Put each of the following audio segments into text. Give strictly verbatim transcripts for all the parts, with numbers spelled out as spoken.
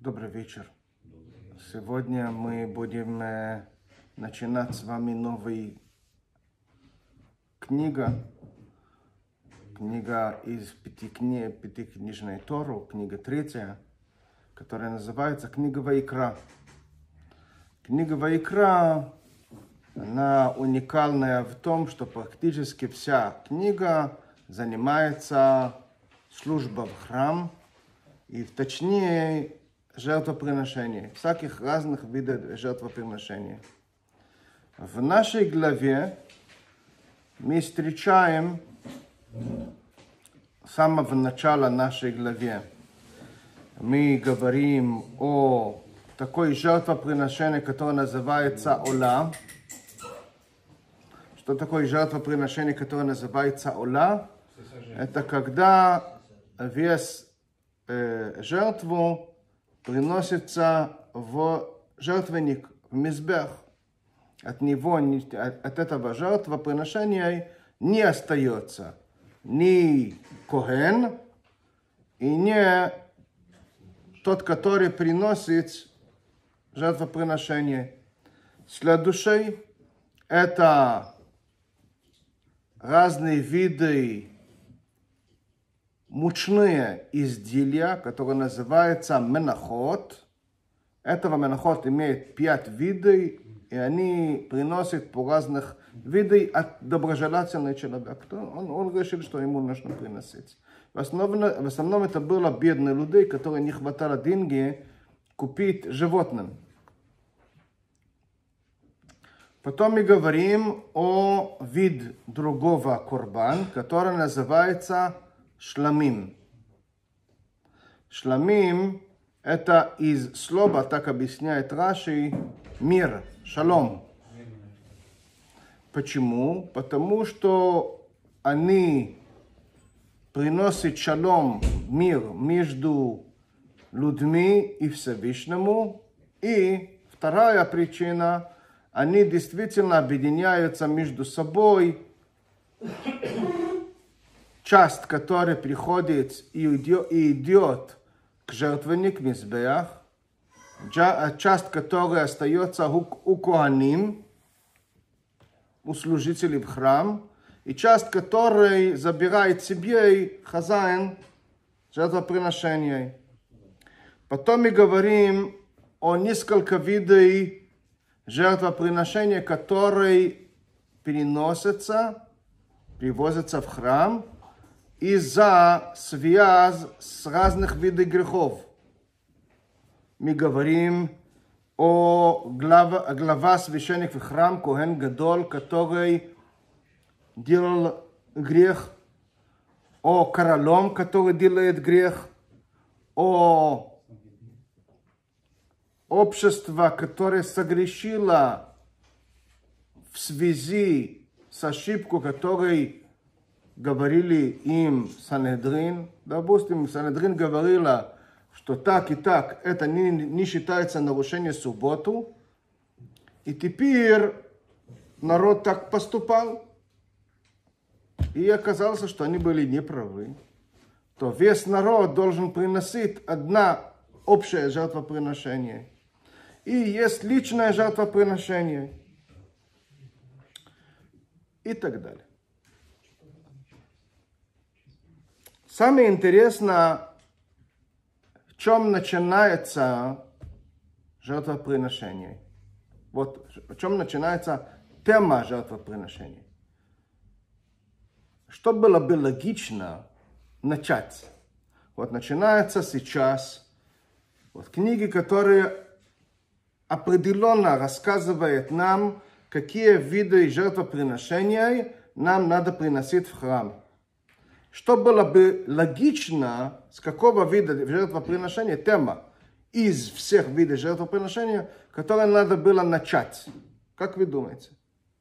Добрый вечер. Сегодня мы будем э, начинать с вами новую книгу. Книга из пяти кни... пятикнижной Тору, книга третья, которая называется Книга Ваикра. Книга Ваикра, она уникальная в том, что практически вся книга занимается службой в храм, и точнее жертвоприношений, всяких разных видов жертвоприношений. В нашей главе мы встречаем с самого начала нашей главы. Мы говорим о такой жертвоприношении, которое называется Ола. Что такое жертвоприношение, которое называется Ола? Это когда вес э, жертву приносится в жертвенник, в мизбех. От него, от, от этого жертвоприношения не остается ни коэн и не тот, который приносит жертвоприношение. Следующий – это разные виды мучные изделия, которые называются менахот. Этого менахот имеет пять видов, и они приносят по разных видах от доброжелательного человека. Он, он решил, что ему нужно приносить. В основном, в основном это было бедные люди, которые не хватало деньги купить животным. Потом мы говорим о виде другого корбан, который называется шламим. Шламим – это из слова, так объясняет Раши, мир, шалом. Почему? Потому что они приносят шалом, мир между людьми и Всевышнему. И вторая причина – они действительно объединяются между собой. Часть, которая приходит и идет, и идет к жертвеннику мизбеах, часть, которая остается у, у коаним, у служителей в храм, и часть, которая забирает себе хозяин жертвоприношения. Потом мы говорим о нескольких видах жертвоприношения, которые переносятся, привозятся в храм из-за связь с разных видов грехов. Мы говорим о глава, глава священник в храм, Коэн Гадол, который делал грех, о королем, который делает грех, о общество, которое согрешило в связи с ошибкой, которой говорили им Санедрин. Допустим, Санедрин говорила, что так и так это не, не считается нарушением субботу. И теперь народ так поступал. И оказалось, что они были неправы. То весь народ должен приносить одна общее жертвоприношение. И есть личное жертвоприношение. И так далее. Самое интересное, в чем начинается жертвоприношение. Вот в чем начинается тема жертвоприношения. Что было бы логично начать? Вот начинается сейчас вот книги, которые определенно рассказывают нам, какие виды жертвоприношения нам надо приносить в храм. Что было бы логично, с какого вида жертвоприношения тема из всех видов жертвоприношения, которые надо было начать. Как вы думаете?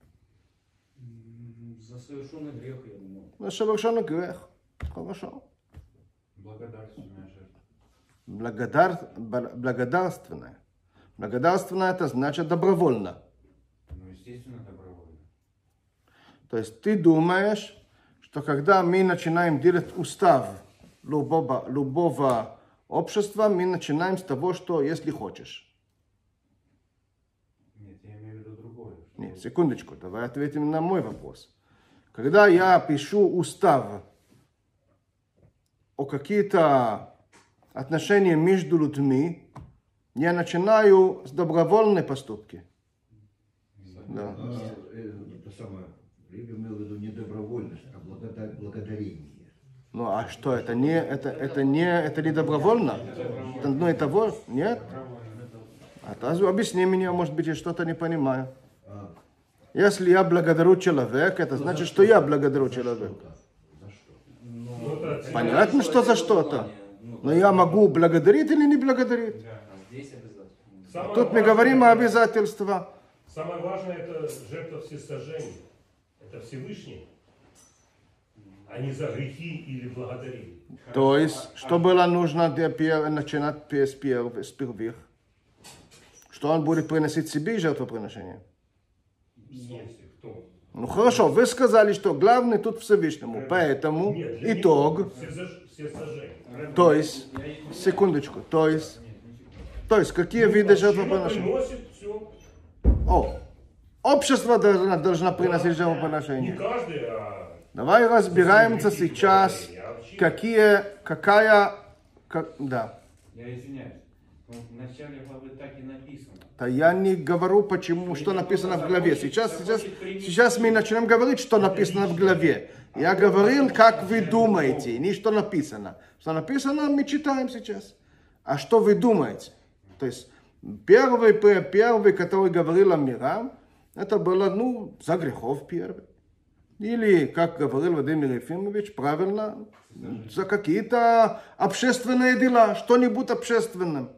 За совершенный грех, я думаю. За совершенный грех. Хорошо. Благодарственная жертва. Благодар... Благодарственная. Благодарственная это значит добровольно. Ну, естественно, добровольно. То есть ты думаешь, что когда мы начинаем делать устав любого, любого общества, мы начинаем с того, что если хочешь. Нет, я имею в виду другое. что- Нет, секундочку, давай ответим на мой вопрос. Когда я пишу устав о какие-то отношения между людьми, я начинаю с добровольной поступки. Да. А, э, это самое, я имел в виду не добровольность, а благодар- благодарение. Ну а что, это не, это, это не, это не добровольно? Это одно и того? Нет? А то объясни мне, может быть, я что-то не понимаю. А, Если я благодарю человека, это значит, что я благодарю человека. за что? Ну, это Понятно, что за что-то. Но я могу благодарить или не благодарить? А здесь обязательно. самое Тут мы важное- говорим о обязательствах. Самое важное это жертва всесожжения. Это Всевышний, а не за грехи или благодарение. То есть, что было нужно для пер- начинать с перв- с первых? Что он будет приносить себе жертвоприношение? В смысле, кто? Ну хорошо, вы сказали, что главный тут Всевышнему. Поэтому Нет, для итог, него всезаж- всесожжение. то есть, секундочку, то есть, то есть, какие виды жертвоприношения? Приносит все. О, общество должно, должно приносить Не жертвоприношение. каждый, а Давай разбираемся сейчас, какие, какая, как, да. Я извиняюсь. Вот в начале главы так и написано. Да я не говорю, почему, что написано в главе. Сейчас, сейчас, сейчас мы начнем говорить, что написано в главе. Я говорил, как вы думаете, не что написано. Что написано, мы читаем сейчас. А что вы думаете? То есть, первый, первый, который говорил о Мирам, это было, ну, за грехов первый. Или, как говорил Владимир Ефимович, правильно, за какие-то общественные дела, что-нибудь общественное.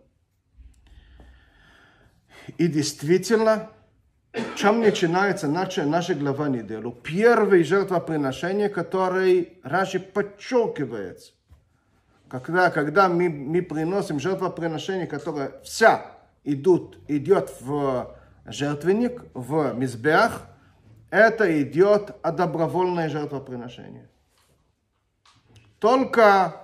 И действительно, чем начинается наша, наша глава неделю? Первое жертвоприношение, которое Раши подчеркивает. Когда, когда мы, мы приносим жертвоприношение, которое вся идут, идет в жертвенник, в мизбех, это идет о добровольное жертвоприношение. Только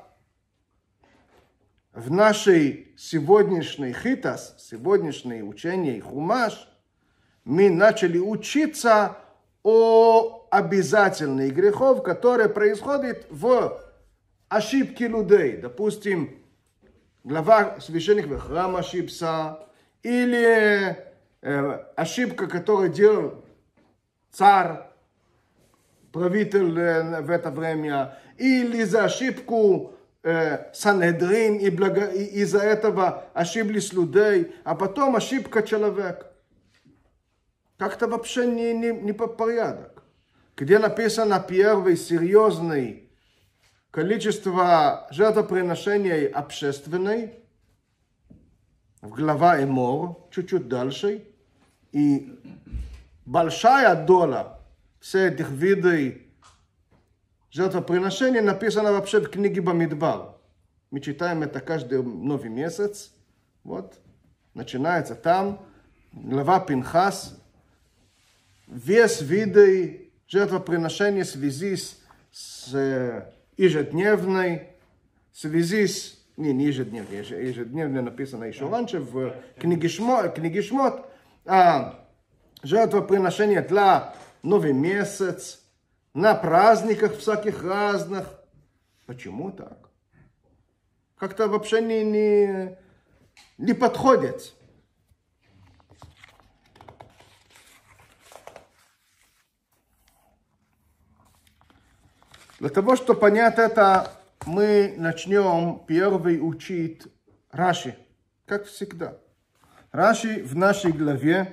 в нашей сегодняшней хитас, сегодняшней учении хумаш, мы начали учиться о обязательных грехов, которые происходят в ошибке людей. Допустим, глава священника храма ошибся, или э, ошибка, которую делал царь, правитель э, в это время, или за ошибку э, Санедрин, и, благо, и из-за этого ошиблись людей, а потом ошибка человека. Как-то вообще не, не, не по порядок. Где написано первый серьезный количество жертвоприношений общественной, в глава Эмор, чуть-чуть дальше, и большая доля всех этих видов жертвоприношений написано вообще в книге Бамидбар. Мы читаем это каждый новый месяц. Вот, начинается там, глава Пинхас, весь виды жертвоприношения в связи с, с ежедневной, в связи с, не, не ежедневной, ежедневно написано еще раньше в книге Шмот, книге Шмот, а, жертвоприношения для новый месяц, на праздниках всяких разных. Почему так? Как-то вообще не, не, не подходит. Для того, чтобы понять это, мы начнем первый учить Раши, как всегда. Раши в нашей главе,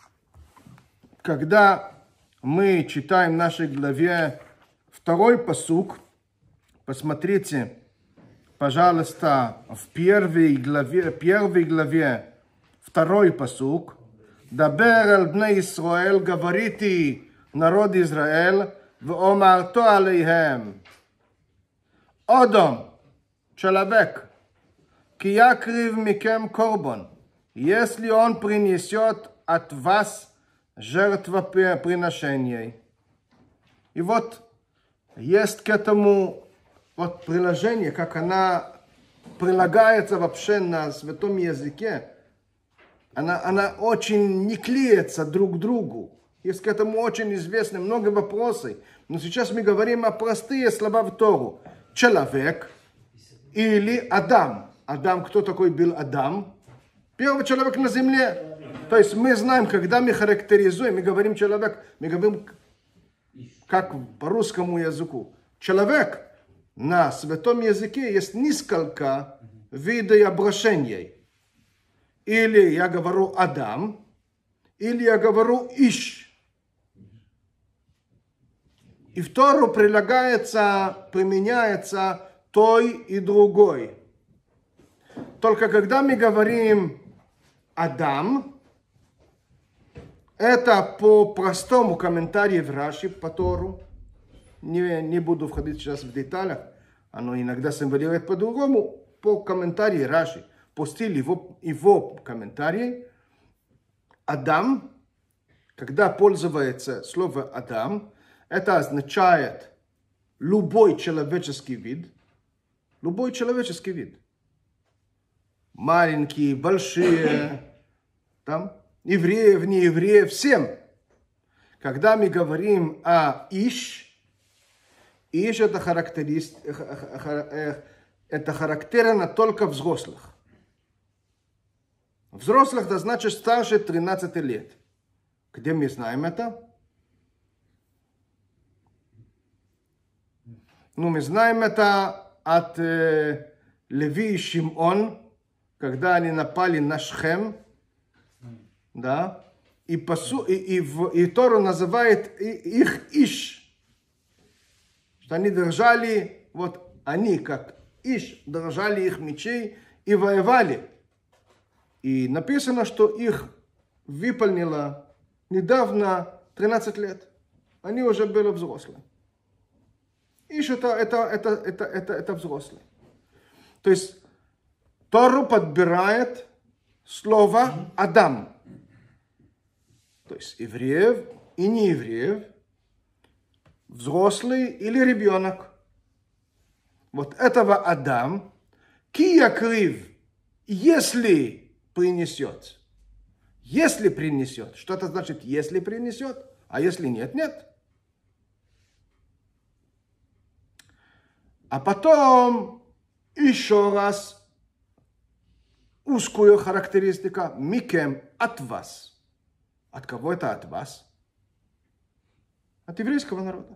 когда мы читаем в нашей главе второй пасук, посмотрите, пожалуйста, в первой главе, первой главе второй пасук. Дабер аль бней Исраэль, говорите народ Израиль, ואומרתו עליהם, אדם, человек, כי יקריב מכם קורבן, если он принесет от вас жертвоприношение. И вот есть к этому вот приложение, как она прилагается вообще на святом языке, она, она очень не клеится друг к другу. Есть к этому очень известны много вопросов. Но сейчас мы говорим о простые слова в Тору. Человек или Адам. Адам, кто такой был Адам? Первый человек на земле. То есть мы знаем, когда мы характеризуем, мы говорим человек, мы говорим как по русскому языку. Человек на святом языке есть несколько видов обращений. Или я говорю Адам, или я говорю Иш. И в Тору прилагается, применяется той и другой. Только когда мы говорим Адам, это по простому комментарию в Раши по Тору. Не, не буду входить сейчас в деталях. Оно иногда символизирует по-другому. По комментарию Раши, по стилю его, его комментарий, Адам, когда пользуется слово Адам, это означает любой человеческий вид. Любой человеческий вид. Маленькие, большие, там, евреев, не евреев, всем. Когда мы говорим о Иш, Иш это, характерист, это характерно только взрослых. Взрослых это значит старше тринадцати лет. Где мы знаем это? Ну, мы знаем это от э, Леви и Шимон, когда они напали на Шхем, да, и, посу, и, и, в, и Тору называет их Иш, что они держали, вот они как Иш, держали их мечей и воевали. И написано, что их выполнило недавно тринадцать лет. Они уже были взрослые. Иш это, это, это, это, это, это взрослый. То есть Тору подбирает слово Адам. То есть евреев и неевреев, взрослый или ребенок. Вот этого Адам, ки якрив, если принесет. Если принесет. Что это значит, если принесет? А если нет, нет. А потом еще раз узкую характеристика микем от вас. От кого это от вас? От еврейского народа.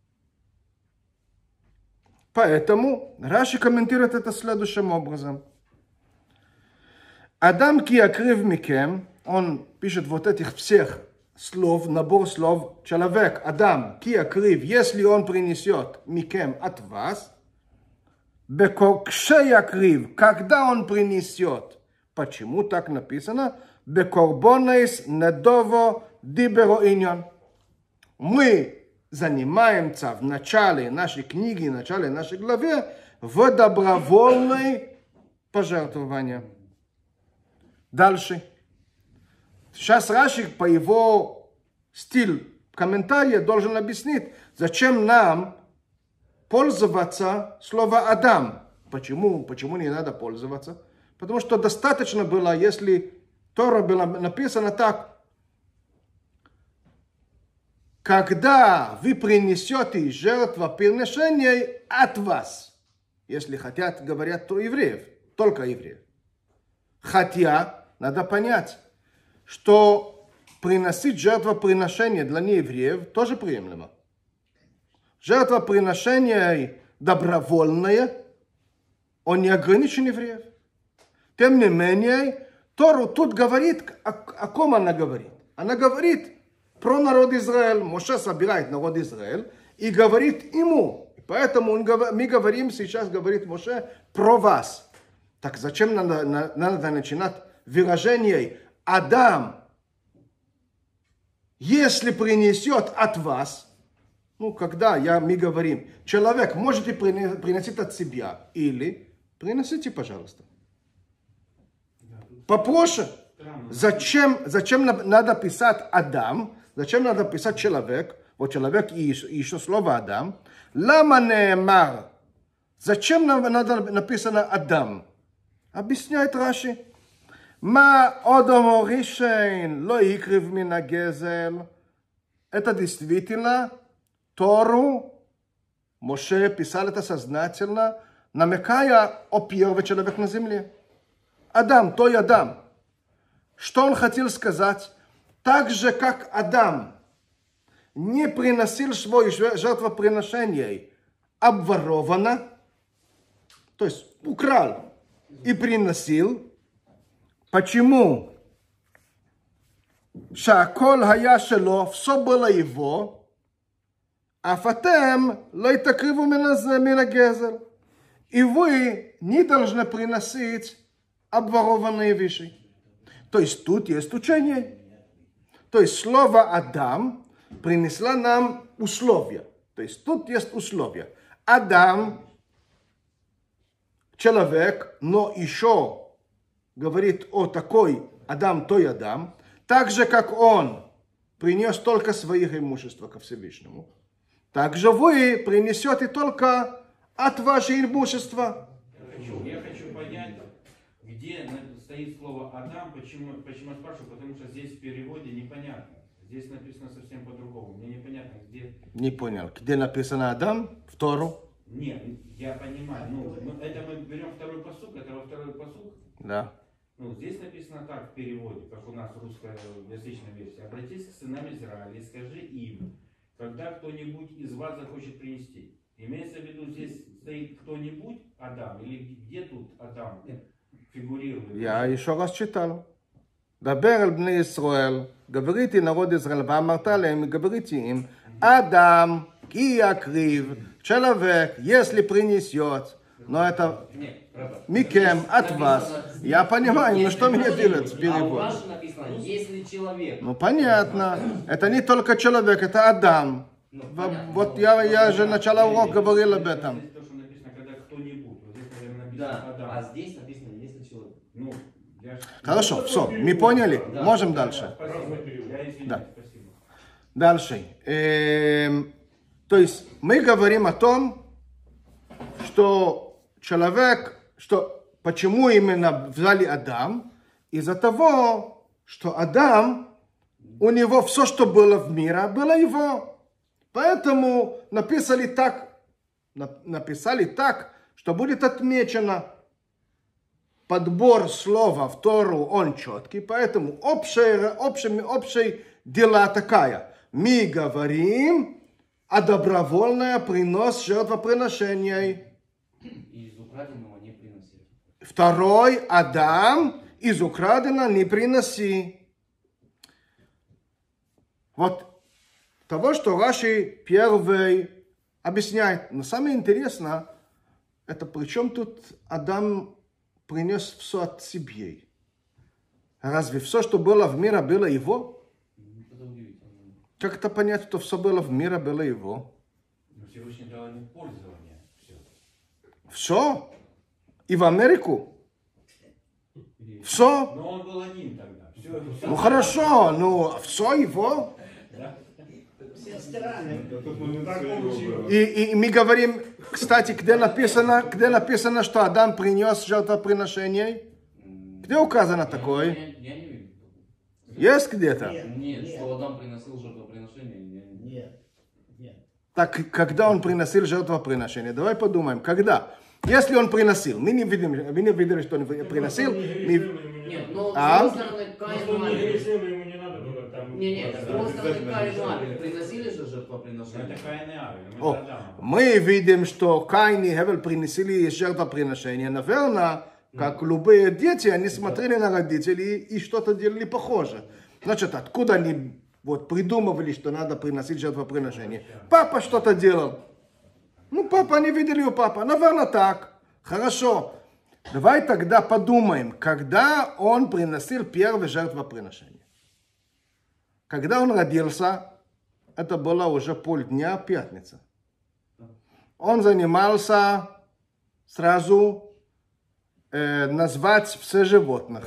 Поэтому Раши комментирует это следующим образом. Адам ки якрив микем, он пишет вот этих всех слов, набор слов, человек, Адам, ки якрив, если он принесет микем от вас, бекоркше якрив, когда он принесет, почему так написано, бекорбонейс недово диберо иньон. Мы занимаемся в начале нашей книги, в начале нашей главы в добровольной пожертвовании. Дальше. Сейчас Раши по его стилю комментария должен объяснить, зачем нам пользоваться словом Адам. Почему? Почему не надо пользоваться? Потому что достаточно было, если Тора было написано так. Когда вы принесете жертвоприношение от вас, если хотят, говорят, то евреев, только евреев. Хотя, надо понять, что приносить жертвоприношение для неевреев тоже приемлемо. Жертвоприношение добровольное, он не ограничен евреев. Тем не менее, Тору тут говорит, о, о ком она говорит. Она говорит про народ Израиль. Моше собирает народ Израиль и говорит ему. Поэтому он, мы говорим сейчас, говорит Моше, про вас. Так зачем надо, надо начинать выражение Адам, если принесет от вас, ну, когда я, мы говорим, человек, можете приносить от себя, или приносите, пожалуйста. Попроще. Зачем, зачем надо писать Адам, зачем надо писать человек, вот человек и еще слово Адам, лама неэмар, Зачем нам надо написано Адам? Объясняет Раши. Ма одомо ришейн ло икрив мина гезель. Это действительно Тору Моше писал это сознательно, намекая о первом человеке на земле. Адам, той Адам. Что он хотел сказать? Так же, как Адам не приносил свое жертвоприношение обворованно, то есть украл и приносил. Почему? שהכל היה שלו, все было его, אף אתם לא תקריבו מן הגזל. И вы не должны приносить обворованные вещи. То есть тут есть учение. То есть слово Адам принесло нам условия. То есть тут есть условия. Адам, человек, но еще говорит о такой Адам, той Адам, так же, как он принес только своих имущества ко Всевышнему, так же вы принесете только от вашего имущества. Я хочу, я хочу понять, где стоит слово Адам, почему, почему я спрашиваю, потому что здесь в переводе непонятно. Здесь написано совсем по-другому. Мне непонятно, где... Не понял. Где написано Адам? В Тору? Нет, я понимаю. Ну, мы, это мы берем второй пасук, это во второй пасук. Да. Ну, здесь написано так в переводе, как у нас русская язычная версия. Обратись к сынам Израиля и скажи им, когда кто-нибудь из вас захочет принести. Имеется в виду, здесь стоит кто-нибудь Адам, или где тут Адам фигурирует? Я еще раз читал. דבר אל בני ישראל, גבריתי נרוד ישראל, ואמרת להם, גבריתי им, Адам, ки יקריב, человек, если принесет. Но это Микем, от вас. Я понимаю, но что мне делать с переводом? Если человек. Ну понятно. Это не только человек, это Адам. Вот я, я же начала урок говорил об этом. Здесь то, что написано, когда кто-нибудь. Вот здесь, наверное, написано Да, Адам. а здесь написано, если человек. Ну, я... Хорошо, все, мы поняли. Можем дальше. Спасибо. Я извиняюсь, Да. спасибо. Дальше. Эм, то есть мы говорим о том, что человек, что почему именно взяли Адам? Из-за того, что Адам, у него все, что было в мире, было его. Поэтому написали так, написали так, что будет отмечено подбор слова в Тору, он четкий, поэтому общая, общая, общая дела такая. Мы говорим о добровольном принос жертвоприношений. И из украденного не приносили. Второй, Адам, из украденного не приноси. Вот того, что Раши первый объясняет. Но самое интересное, это причем тут Адам принес все от себя. Разве все, что было в мире, было его? Это удивительно. Как это понять, что все было в мире, было его? Но Всевышний дал ему пользование. Все. Все? И в Америку? Все? Но он был один тогда. Все, все. Ну хорошо, ну все его. И, и мы говорим, кстати, где написано, где написано, что Адам принес жертвоприношение? Где указано такое? Я, я не вижу. Есть где-то? Нет, что Адам приносил жертвоприношение. Я не... Нет, нет. Так, когда он приносил жертвоприношение? Давай подумаем, когда? Если он приносил, мы не видим, мы не видели, что он приносил. Мы... Нет, но А? с другой стороны, Каин и Он не Авель. грешил, ему не надо было там... Не, нет, с другой стороны, Каин и Авель приносили же Но жертвоприношение. это Каин и Авель, мы О, это Адам. мы видим, что Каин и Хевел принесли жертвоприношение. Наверное, как любые дети, они смотрели на родителей и что-то делали похоже. Значит, откуда они вот придумывали, что надо приносить жертвоприношение? Папа что-то делал. Ну, папа, они видели у папы. Наверное, так. Хорошо. Давай тогда подумаем, когда он приносил первое жертвоприношение. Когда он родился, это было уже полдня, пятница. Он занимался сразу э, назвать все животных.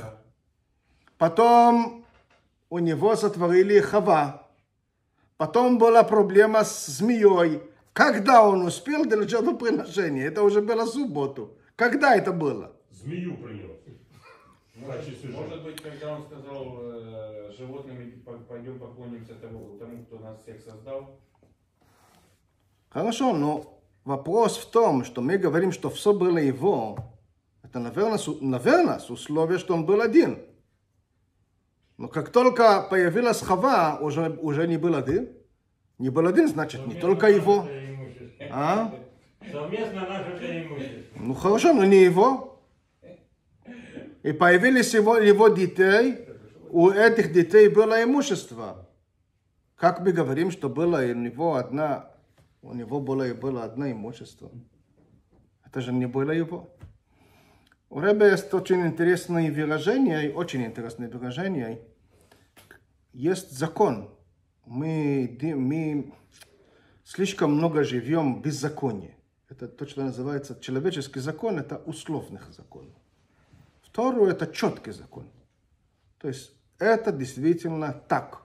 Потом у него сотворили Хава. Потом была проблема с змеей. Когда он успел для жертвоприношения? Это уже было в субботу. Когда это было? Змею принес. В качестве Может жертвы. быть, когда он сказал э, животными, по- пойдем поклонимся тому, тому, кто нас всех создал. Хорошо, но вопрос в том, что мы говорим, что все было его. Это, наверное, с- наверное, с условия, что он был один. Но как только появилась Хава, уже, уже не был один. Не был один, значит, не только его. А? Совместно наше имущество. Ну хорошо, но не его. И появились его, его детей. У этих детей было имущество. Как мы говорим, что было у него одна, у него было, было одно имущество. Это же не было его. У Ребе есть очень интересное выражение, очень интересное выражение. Есть закон. Мы, мы слишком много живем в беззаконии. Это то, что называется человеческий закон, это условных закон. Второе, это четкий закон. То есть это действительно так.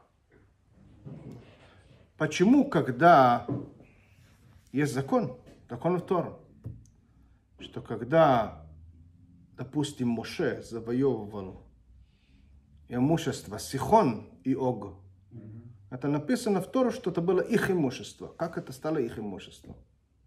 Почему, когда есть закон, закон второй, что когда, допустим, Моше завоевывал имущество Сихон и Ог, это написано в Торе, что это было их имущество. Как это стало их имуществом?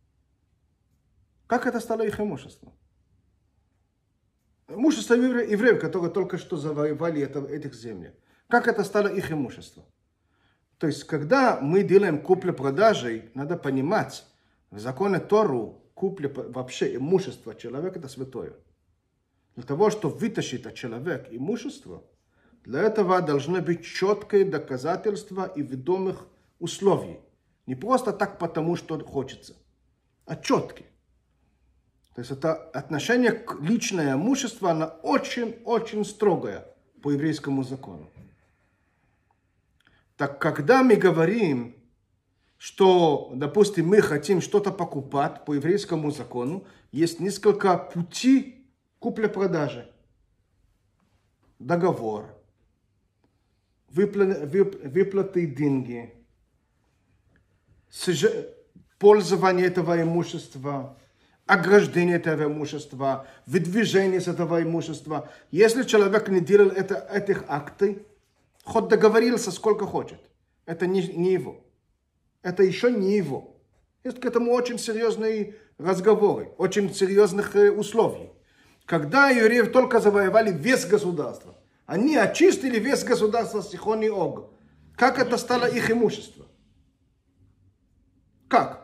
Как это стало их имуществом? Имущество евреев, евреев, которые только что завоевали это, этих земли. Как это стало их имуществом? То есть, когда мы делаем купли-продажи, надо понимать, в законе Тору купли вообще имущество человека это святое. Для того, чтобы вытащить от человека имущество, для этого должны быть четкие доказательства и ведомых условий. Не просто так, потому что хочется, а четкие. То есть это отношение к личному имуществу, оно очень-очень строгое по еврейскому закону. Так когда мы говорим, что, допустим, мы хотим что-то покупать по еврейскому закону, есть несколько путей купли-продажи. Договор. Выплаты деньги, пользование этого имущества, ограждение этого имущества, выдвижение с этого имущества. Если человек не делал это, этих актов, хоть договорился сколько хочет, это не, не его. Это еще не его. Есть к этому очень серьезные разговоры, очень серьезных условий. Когда евреев только завоевали весь государство, они очистили весь государство Сихон и Ог. Как это стало их имуществом? Как?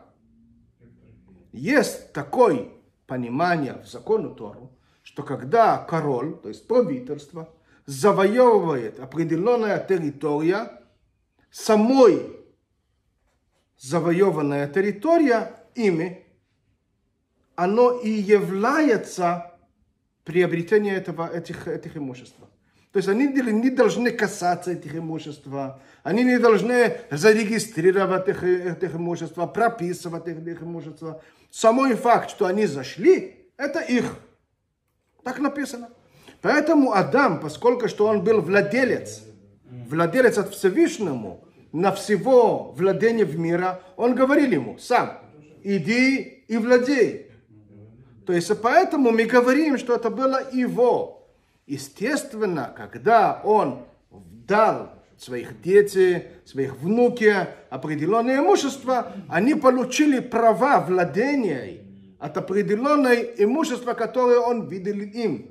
Есть такое понимание в законе Тору, что когда король, то есть правительство, завоевывает определенная территория, самой завоеванная территория ими, оно и является приобретением этого, этих, этих имуществ. То есть они не должны касаться этих имуществ, они не должны зарегистрировать их, этих имуществ, прописывать их имуществ. Самый факт, что они зашли, это их. Так написано. Поэтому Адам, поскольку что он был владелец, владелец от Всевышнему, на всего владения в мире, он говорил ему сам, иди и владей. То есть поэтому мы говорим, что это было его. Естественно, когда он дал своих детей, своих внуков определенное имущество, они получили права владения от определенного имущества, которое он видел им.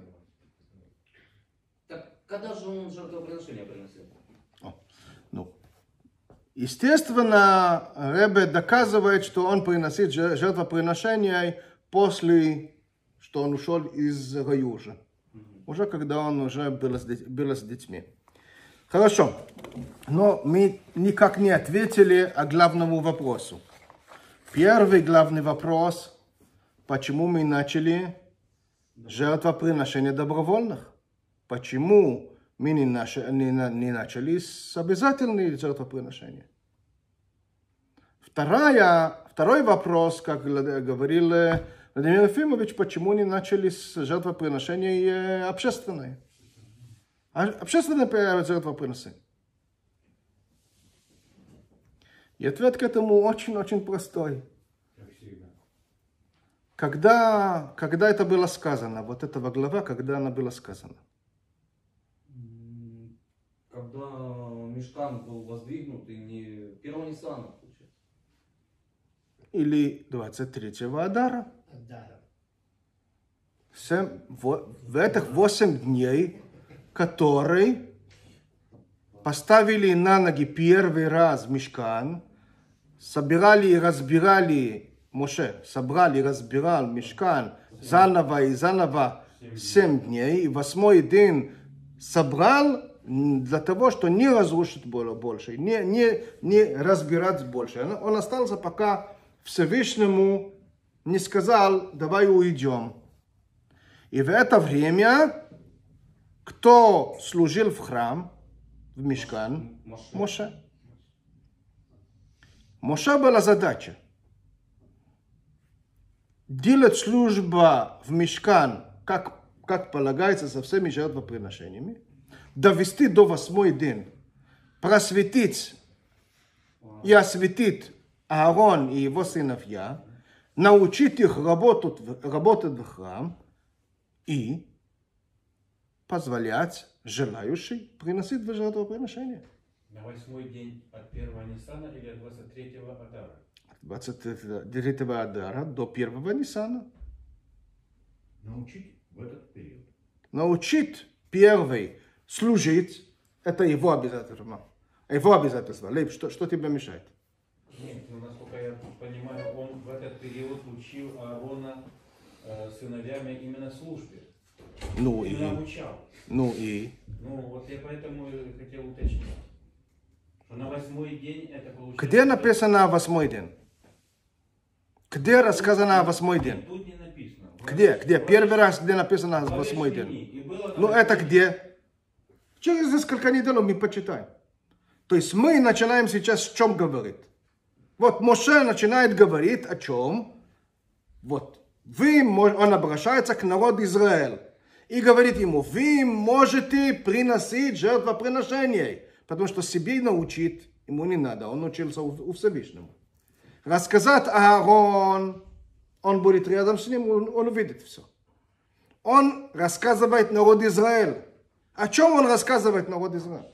Так когда же он жертвоприношение приносил? Ну, естественно, Ребе доказывает, что он приносит жертвоприношение после, что он ушел из Раюжа. Уже когда он уже был с, был с детьми. Хорошо, но мы никак не ответили о главному вопросу. Первый главный вопрос, почему мы начали жертвоприношение добровольных? Почему мы не, начали, не, не начали с обязательных жертвоприношений? Вторая, второй вопрос, как говорил Владимир Ефимович, почему не начали с жертвоприношения общественные? Общественное жертвоприношение. И ответ к этому очень-очень простой. Когда, когда это было сказано, вот этого глава, когда она была сказана? М, Когда мешкан был воздвигнут, и не первого Ниссана, получается. Или двадцать третьего Адара? Семь, в, в этих восемь дней, которые поставили на ноги первый раз мишкан, собирали и разбирали, Моше собрали и разбирал мишкан заново и заново семь дней, и восьмой день собрал для того, чтобы не разрушить больше, не, не, не разбирать больше. Он остался, пока Всевышнему не сказал, давай уйдем. И в это время, кто служил в храм, в мишкан? Моше. Моше. Моше была задача делать службу в мишкан, как, как полагается, со всеми жертвоприношениями, довести до восьмой день, просветить и осветить Аарон и его сыновья, научить их работать, работать в храм и позволять желающим приносить в жертвоприношение. На восьмой день от первого Ниссана или от двадцать третьего Адара? двадцать третьего Адара до первого Ниссана. Научить в этот период. Научить первый служить, это его обязательство. Его обязательство. Лейб, что, что тебе мешает? Нет, ну насколько я понимаю, он в этот период учил Аарона э, сыновьями именно службе. Ну И и, научал. ну и. Ну вот я поэтому и хотел уточнить. Что на восьмой день это получается... Где написано восьмой день? Где рассказано о восьмой день? Тут не написано. Где? Где? Первый раз, где написано восьмой день? И было Ну там- это где? Через несколько недель мы почитаем. То есть мы начинаем сейчас о чем говорить. Вот Моше начинает говорить о чем? Вот. Вы, он обращается к народу Израиля и говорит ему, вы можете приносить жертвоприношение, потому что себе научить ему не надо, он учился у, у Всевышнего. Рассказать Аарон, он будет рядом с ним, он, он увидит все. Он рассказывает народу Израиля. О чем он рассказывает народу Израиля?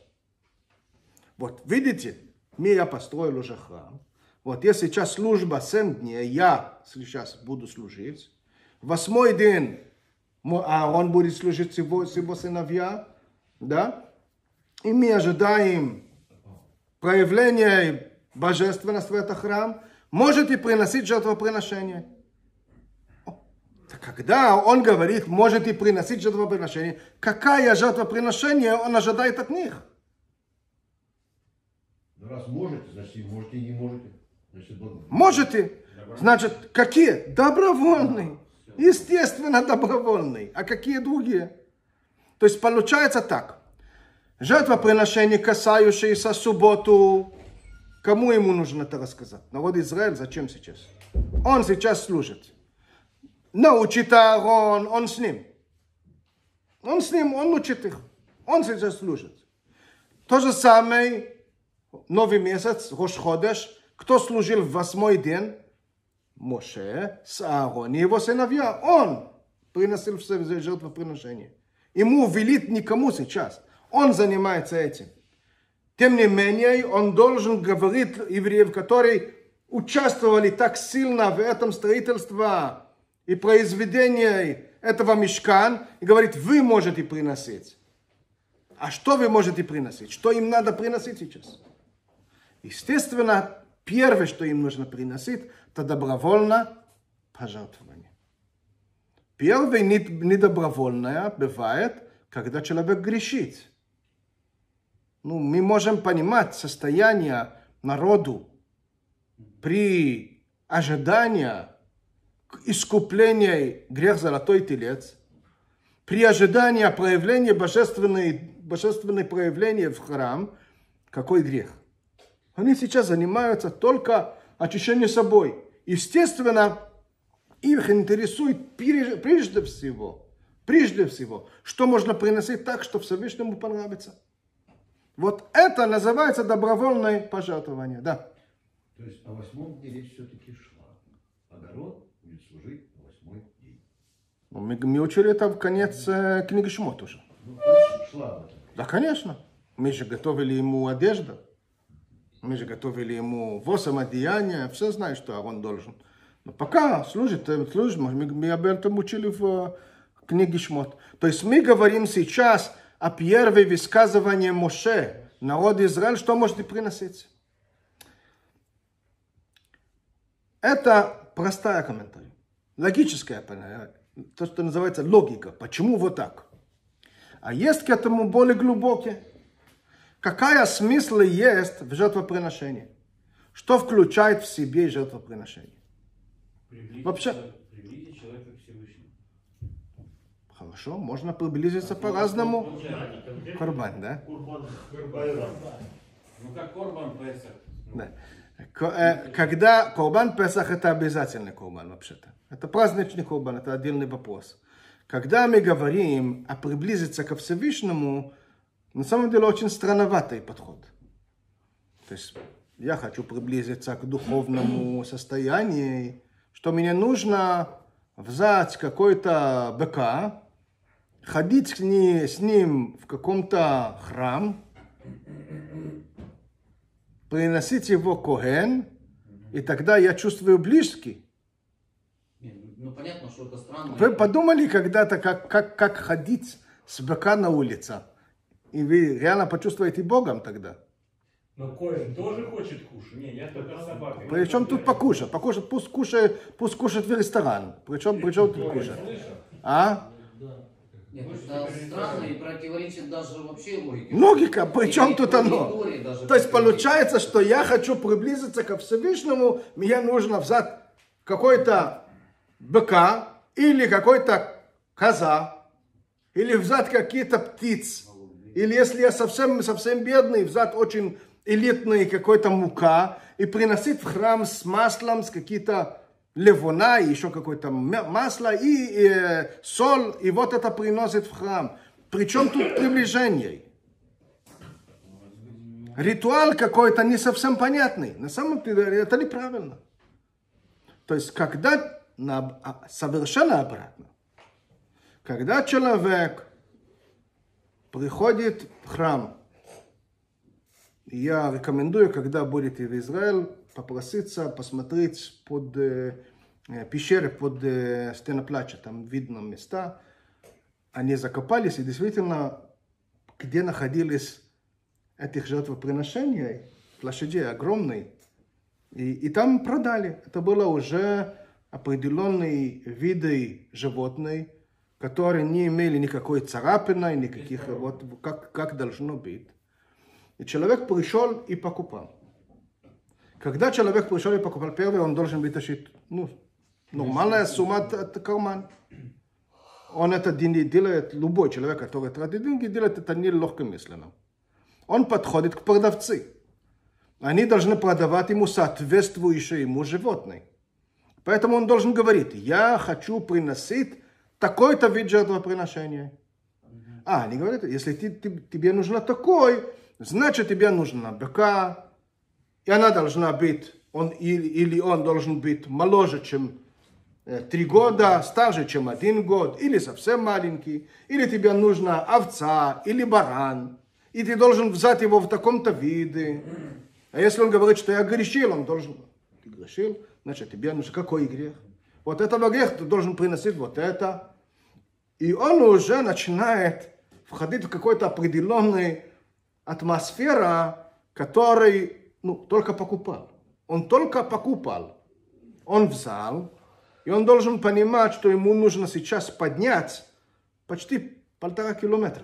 Вот, видите, я построил уже храм. Вот, если сейчас служба семь дней, я сейчас буду служить. Восьмой день Аарон будет служить с его, с его сыновья. Да? И мы ожидаем проявления божественности в этот храм. Можете приносить жертвоприношение. Когда он говорит, можете приносить жертвоприношение, какое жертвоприношение он ожидает от них? Ну, раз можете, значит и можете, и не можете. Значит, добро. Можете. Значит, какие? Добровольные. Естественно, добровольные. А какие другие? То есть получается так. Жертвоприношение, касающееся субботу. Кому ему нужно это рассказать? Народ Израиля зачем сейчас? Он сейчас служит. Научит Аарон, он с ним. Он с ним, он учит их. Он сейчас служит. То же самое, новый месяц, Рош Ходеш. Кто служил в восьмой день? Моше с Аарон и его сыновья. Он приносил все жертвоприношения. Ему велит никому сейчас. Он занимается этим. Тем не менее, он должен говорить евреев, которые участвовали так сильно в этом строительстве и произведении этого мишкан, и говорит, вы можете приносить. А что вы можете приносить? Что им надо приносить сейчас? Естественно, первое, что им нужно приносить, это добровольное пожертвование. Первое недобровольное бывает, когда человек грешит. Ну, мы можем понимать состояние народу при ожидании искупления грех золотой телец, при ожидании проявления божественной, божественной проявления в храм, какой грех? Они сейчас занимаются только очищением собой. Естественно, их интересует прежде всего, прежде всего, что можно приносить так, что Всевышнему понравится. Вот это называется добровольное пожертвование, да. То есть о восьмом дне речь все-таки шла. Огород будет служить на восьмом восьмой день. Ну, мы, мы учили это в конец э, книги Шмот уже. Ну, то есть шла об этом. Да, конечно. Мы же готовили ему одежду. Мы же готовили ему восемь одеяния. Все знают, что Аарон должен. Но пока служит, служит мы, мы об этом учили в книге Шмот. То есть мы говорим сейчас о первом высказывании Моше, народ Израиля, что можете приносить. Это простая комментарий. Логическая, то, что называется логика. Почему вот так? А есть к этому более глубокий. Какая смысл есть в жертвоприношении? Что включает в себе жертвоприношение? Приблизить Вообще- человека- приблизить человека к Всевышнему. Хорошо, можно приблизиться по-разному. Конкретно Корбан, да? Курбан Байрам. Ну как Корбан Песах. Да. К- э, Когда Корбан Песах это обязательный Корбан вообще-то. Это праздничный Корбан, это отдельный вопрос. Когда мы говорим о приблизиться ко Всевышнему, на самом деле очень странноватый подход. То есть я хочу приблизиться к духовному состоянию, что мне нужно взять какой-то быка, ходить с ним, с ним в каком-то храм, приносить его коэн, и тогда я чувствую близкий. Не, ну понятно, что это странно. Вы подумали когда-то, как, как, как ходить с быка на улице? И вы реально почувствуете Богом тогда? Но Коэн тоже хочет кушать. Не, я только с собакой. Причем тут покушать? Покушать, пусть кушает, пусть кушает в ресторан. Причем, причем тут кушать? А? Нет, это странно и противоречит даже вообще логике. Логика, причем И тут по оно? Торе даже То есть противоречит. получается, что я хочу приблизиться ко Всевышнему, мне нужно взять какой-то быка или какой-то коза, или взять какие-то птиц, или если я совсем, совсем бедный, взять очень элитный какой-то мука и приносить в храм с маслом, с какие-то левона, и еще какое-то масло и э, соль, и вот это приносит в храм. Причем тут приближение. Ритуал какой-то не совсем понятный. На самом деле это неправильно. То есть, когда на, совершенно обратно, когда человек приходит в храм, я рекомендую, когда будете в Израиле, попроситься посмотреть под э, пещеры, под э, стеной плача, там видно места. Они закопались, и действительно, где находились этих жертвоприношений, площади огромные, и, и там продали. Это было уже определенные виды животных, которые не имели никакой царапины, никаких, вот как, как должно быть. И человек пришел и покупал. Когда человек пришел и покупал первый, он должен вытащить ну, нормальная сумма от, от кармана. Он это делает, любой человек, который тратит деньги, делает это нелегкомысленно. Он подходит к продавцу. Они должны продавать ему соответствующие ему животные. Поэтому он должен говорить, я хочу приносить такой-то вид жертвоприношения. А, они говорят, если ты, ты, тебе нужно такой, значит тебе нужна быка, и она должна быть, он, или, или он должен быть моложе, чем э, три года, старше, чем один год, или совсем маленький, или тебе нужна овца, или баран, и ты должен взять его в таком-то виде. А если он говорит, что я грешил, он должен, ты грешил, значит тебе нужен какой грех? Вот этого греха ты должен приносить вот это. И он уже начинает входить в какую-то определенную атмосферу, которой ну, только покупал. Он только покупал. Он взял, и он должен понимать, что ему нужно сейчас поднять почти полтора километра.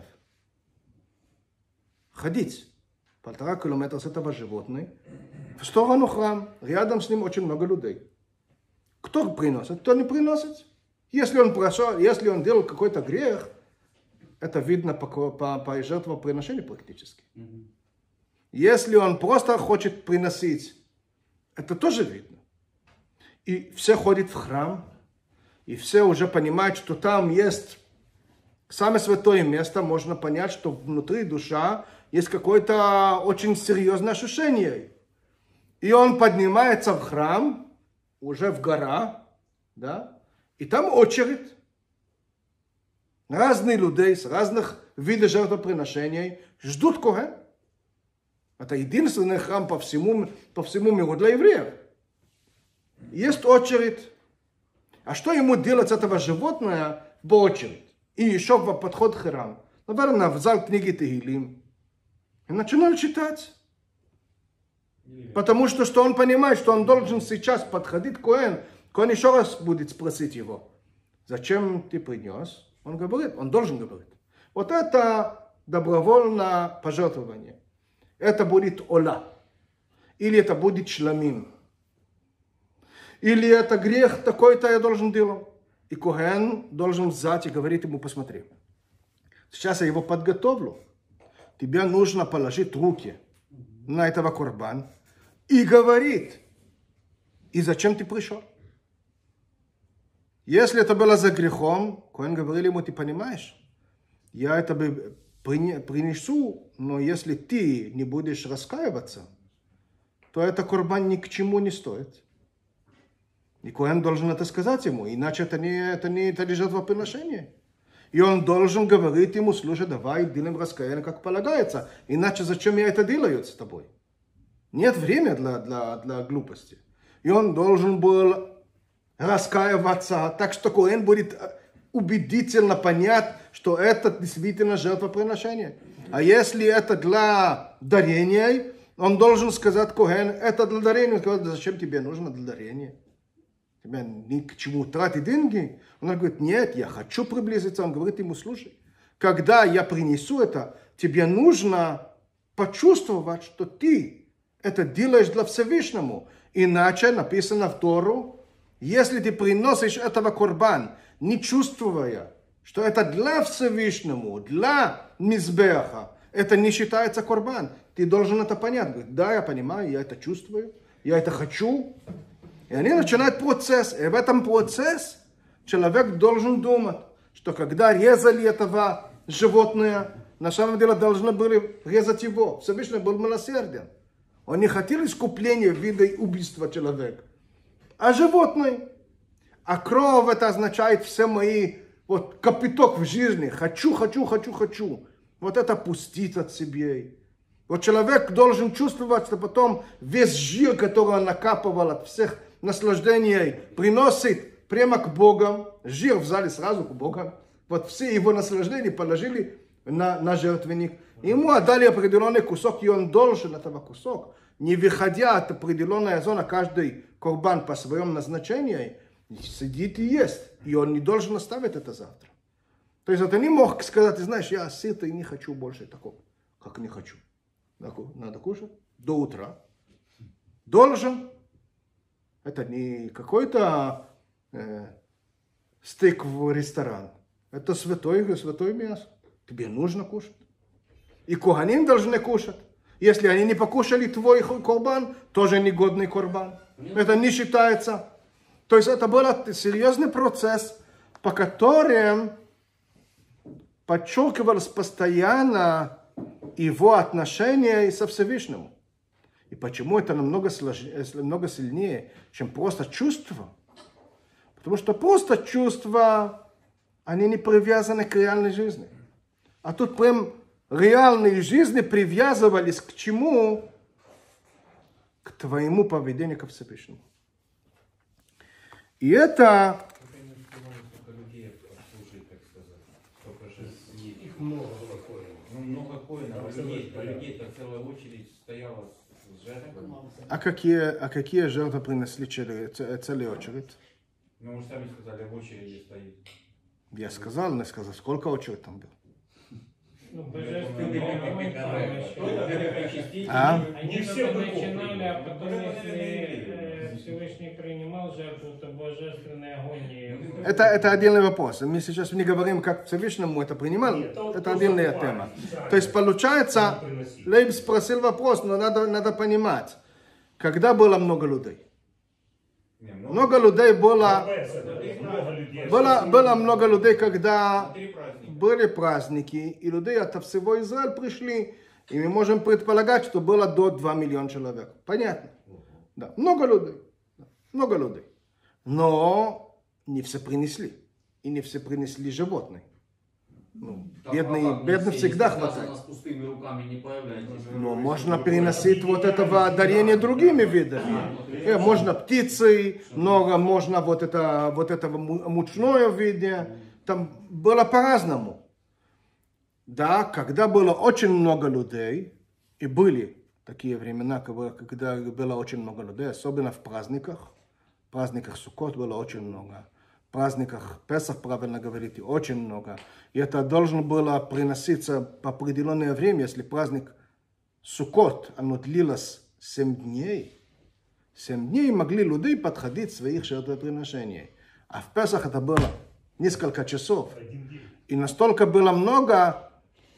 Ходить полтора километра с этого животного в сторону храма. Рядом с ним очень много людей. Кто приносит, кто не приносит. Если он прошел, если он делал какой-то грех, это видно по, по, по жертвоприношению практически. Mm-hmm. Если он просто хочет приносить, это тоже видно. И все ходят в храм, и все уже понимают, что там есть самое святое место, можно понять, что внутри душа есть какое-то очень серьезное ощущение. И он поднимается в храм, уже в гора, да, И там очередь. Разные люди с разных видов жертвоприношений ждут Коэн. Это единственный храм по всему, по всему миру для евреев. Есть очередь. А что ему делать с этого животного в очередь? И еще в подход к храму. Наверное, взял книги Тегилим и начинал читать. Потому что, что он понимает, что он должен сейчас подходить к Коэн. Коэн еще раз будет спросить его, зачем ты принес? Он говорит, он должен говорить. Вот это добровольное пожертвование. Это будет ола. Или это будет шламим. Или это грех такой-то я должен делать. И Коэн должен взять и говорить ему, посмотри. Сейчас я его подготовлю. Тебе нужно положить руки на этого корбан. И говорит, и зачем ты пришел? Если это было за грехом, Коэн говорил ему, ты понимаешь, я это бы принесу, но если ты не будешь раскаиваться, то это корбан ни к чему не стоит. И Коэн должен это сказать ему, иначе это не, это не, это не жертвоприношение. И он должен говорить ему, слушай, давай делаем раскаяние, как полагается, иначе зачем я это делаю с тобой? Нет времени для, для, для глупости. И он должен был раскаиваться, так что Коэн будет убедительно понять, что это действительно жертвоприношение. А если это для дарения, он должен сказать Коэн, это для дарения. Он говорит, зачем тебе нужно для дарения? Тебе ни к чему тратить деньги? Он говорит, нет, я хочу приблизиться. Он говорит ему, слушай, когда я принесу это, тебе нужно почувствовать, что ты это делаешь для Всевышнему. Иначе написано в Тору, если ты приносишь этого корбан, не чувствуя, что это для Всевышнему, для Мизбеха, это не считается корбан. Ты должен это понять. Говорит, да, я понимаю, я это чувствую, я это хочу. И они начинают процесс. И в этом процессе человек должен думать, что когда резали этого животное, на самом деле должны были резать его. Всевышний был милосерден. Он не хотел искупления в виде убийства человека. А животное. А кровь это означает все мои вот капиток в жизни. Хочу, хочу, хочу, хочу. Вот это пустить от себя. Вот человек должен чувствовать, что потом весь жир, который он накапывал от всех наслаждений, приносит прямо к Богу. Жир взяли сразу к Богу. Вот все его наслаждения положили на, на жертвенник. Ему отдали определенный кусок, и он должен этого кусок, не выходя от определенной зоны, каждый корбан по своему назначению, сидит и ест. И он не должен оставить это завтра. То есть это не мог сказать, ты знаешь, я сыт и не хочу больше такого. Как не хочу? Надо кушать до утра. Должен. Это не какой-то э, стейк в ресторан. Это святое, святое мясо. Тебе нужно кушать. И коганим должны кушать. Если они не покушали твой корбан, тоже негодный корбан. Это не считается. То есть это был серьезный процесс, по которым подчеркивалось постоянно его отношение со Всевышним. И почему это намного, сложнее, намного сильнее, чем просто чувства? Потому что просто чувства, они не привязаны к реальной жизни. А тут прям реальные жизни привязывались к чему? К твоему поведению ко Всевышнему. И это... Их много было коинов. Ну, много коинов, а людей, а людей-то целая очередь стояла с жертвами. А какие, а какие жертвы принесли целую очередь? Ну, вы же сами сказали, в очереди стоит. Я сказал, не сказал, сколько очередь там было. Ну, божественный огонь помощи. А? Они все начинали, а потом, если Всевышний принимал жертву, то божественный огонь не... Это, это отдельный вопрос. Мы сейчас не говорим, как Всевышнему это принимал. Нет, это это вот отдельная просто тема. факт. То есть получается, Приносить. Лейб спросил вопрос, но надо, надо понимать, когда было много людей. Не, много. Много людей было, Много людей. было, было много людей, когда Три праздника. были праздники, и люди от всего Израиля пришли, и мы можем предполагать, что было до двух миллионов человек. Понятно? Да, много людей. Много людей. Но не все принесли. И не все принесли животные. Ну, Так, бедный, а как бедный нести, всегда если хватает. связано с пустыми руками, не появляйтесь. Но можно переносить вот этого дарения другими видами. Э, можно птицей, много, можно вот, это, вот этого мучное виде. Там было по-разному. Да, когда было очень много людей, и были такие времена, когда было очень много людей, особенно в праздниках, в праздниках Суккот было очень много. В праздниках Песах, правильно говорите, очень много. И это должно было приноситься по определенное время, если праздник Суккот, оно длилось семь дней. Семь дней могли люди подходить к своих жертвоприношений. А в Песах это было несколько часов. И настолько было много,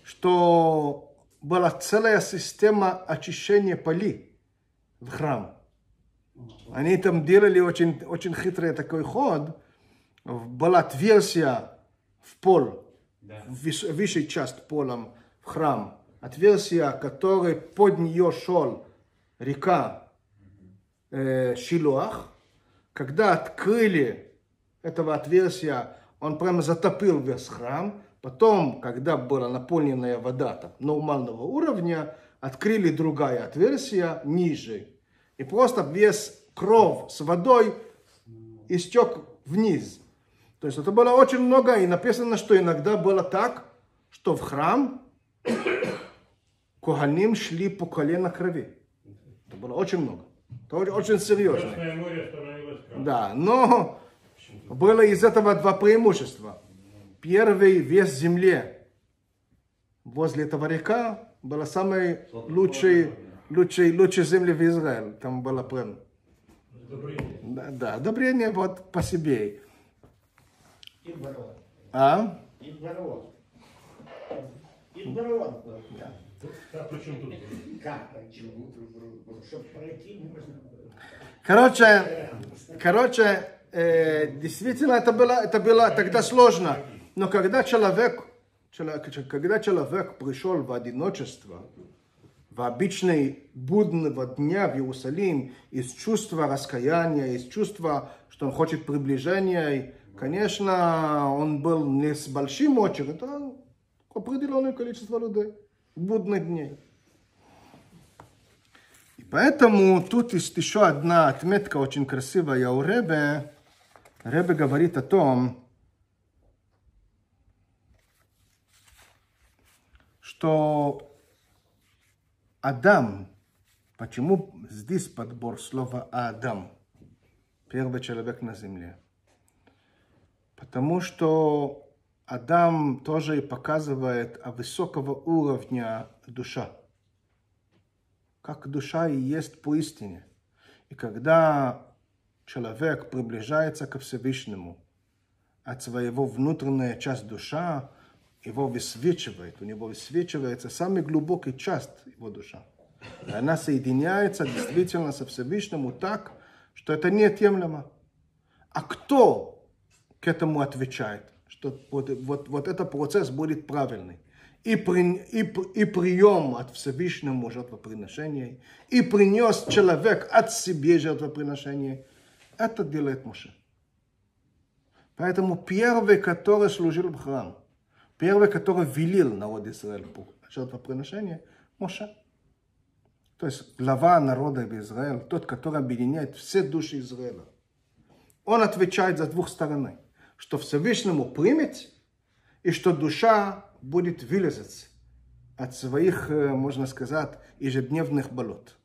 что была целая система очищения полей в храм. Они там делали очень, очень хитрый такой ход. Была отверстие в пол, Да. в высшей части пола в храм. Отверстие, которое под нее шел река э, Шилуах. Когда открыли этого отверстия, он прямо затопил весь храм. Потом, когда была наполненная вода там, нормального уровня, открыли другое отверстие ниже. И просто весь кровь с водой истек вниз. То есть это было очень много, и написано, что иногда было так, что в храм коганим шли по колено крови. Это было очень много. Это очень серьезно. Красное море становилось красным. Да, но было из этого два преимущества. Первый, вес земли возле этого река была самой лучшей, лучшей, лучшей земли в Израиле. Там было прям... Одобрение. Да, да, одобрение вот по себе. И барон. А? И барон. И барон был. Да. А при чем тут? Как почему? Чтобы пройти можно было. Короче, короче, э, действительно это было, это было тогда сложно. Но когда человек, когда человек пришел в одиночество, в обычный будного дня в Иерусалим, из чувства раскаяния, из чувства, что он хочет приближения, конечно, он был не с большим очередью, а определенное количество людей, будных дней. И поэтому тут есть еще одна отметка очень красивая у Ребе. Ребе говорит о том, что Адам, почему здесь подбор слова Адам, первый человек на земле? Потому что Адам тоже показывает о высокого уровня душа. Как душа и есть поистине. И когда человек приближается ко Всевышнему, от своего внутренняя часть душа, его высвечивает, у него высвечивается самая глубокая часть его душа. И она соединяется действительно со Всевышним так, что это неотъемлемо. А кто к этому отвечает, что вот, вот, вот этот процесс будет правильный? И, при, и, и прием от Всевышнего жертвоприношения, и принес человек от себе жертвоприношение, это делает Моше. Поэтому первый, который служил в храм, первый, который велел народ Израиля по жертвоприношению, Моше. То есть глава народа Израиля, тот, который объединяет все души Израиля. Он отвечает за двух сторон, что Всевышнему примет, и что душа будет вылезать от своих, можно сказать, ежедневных болот.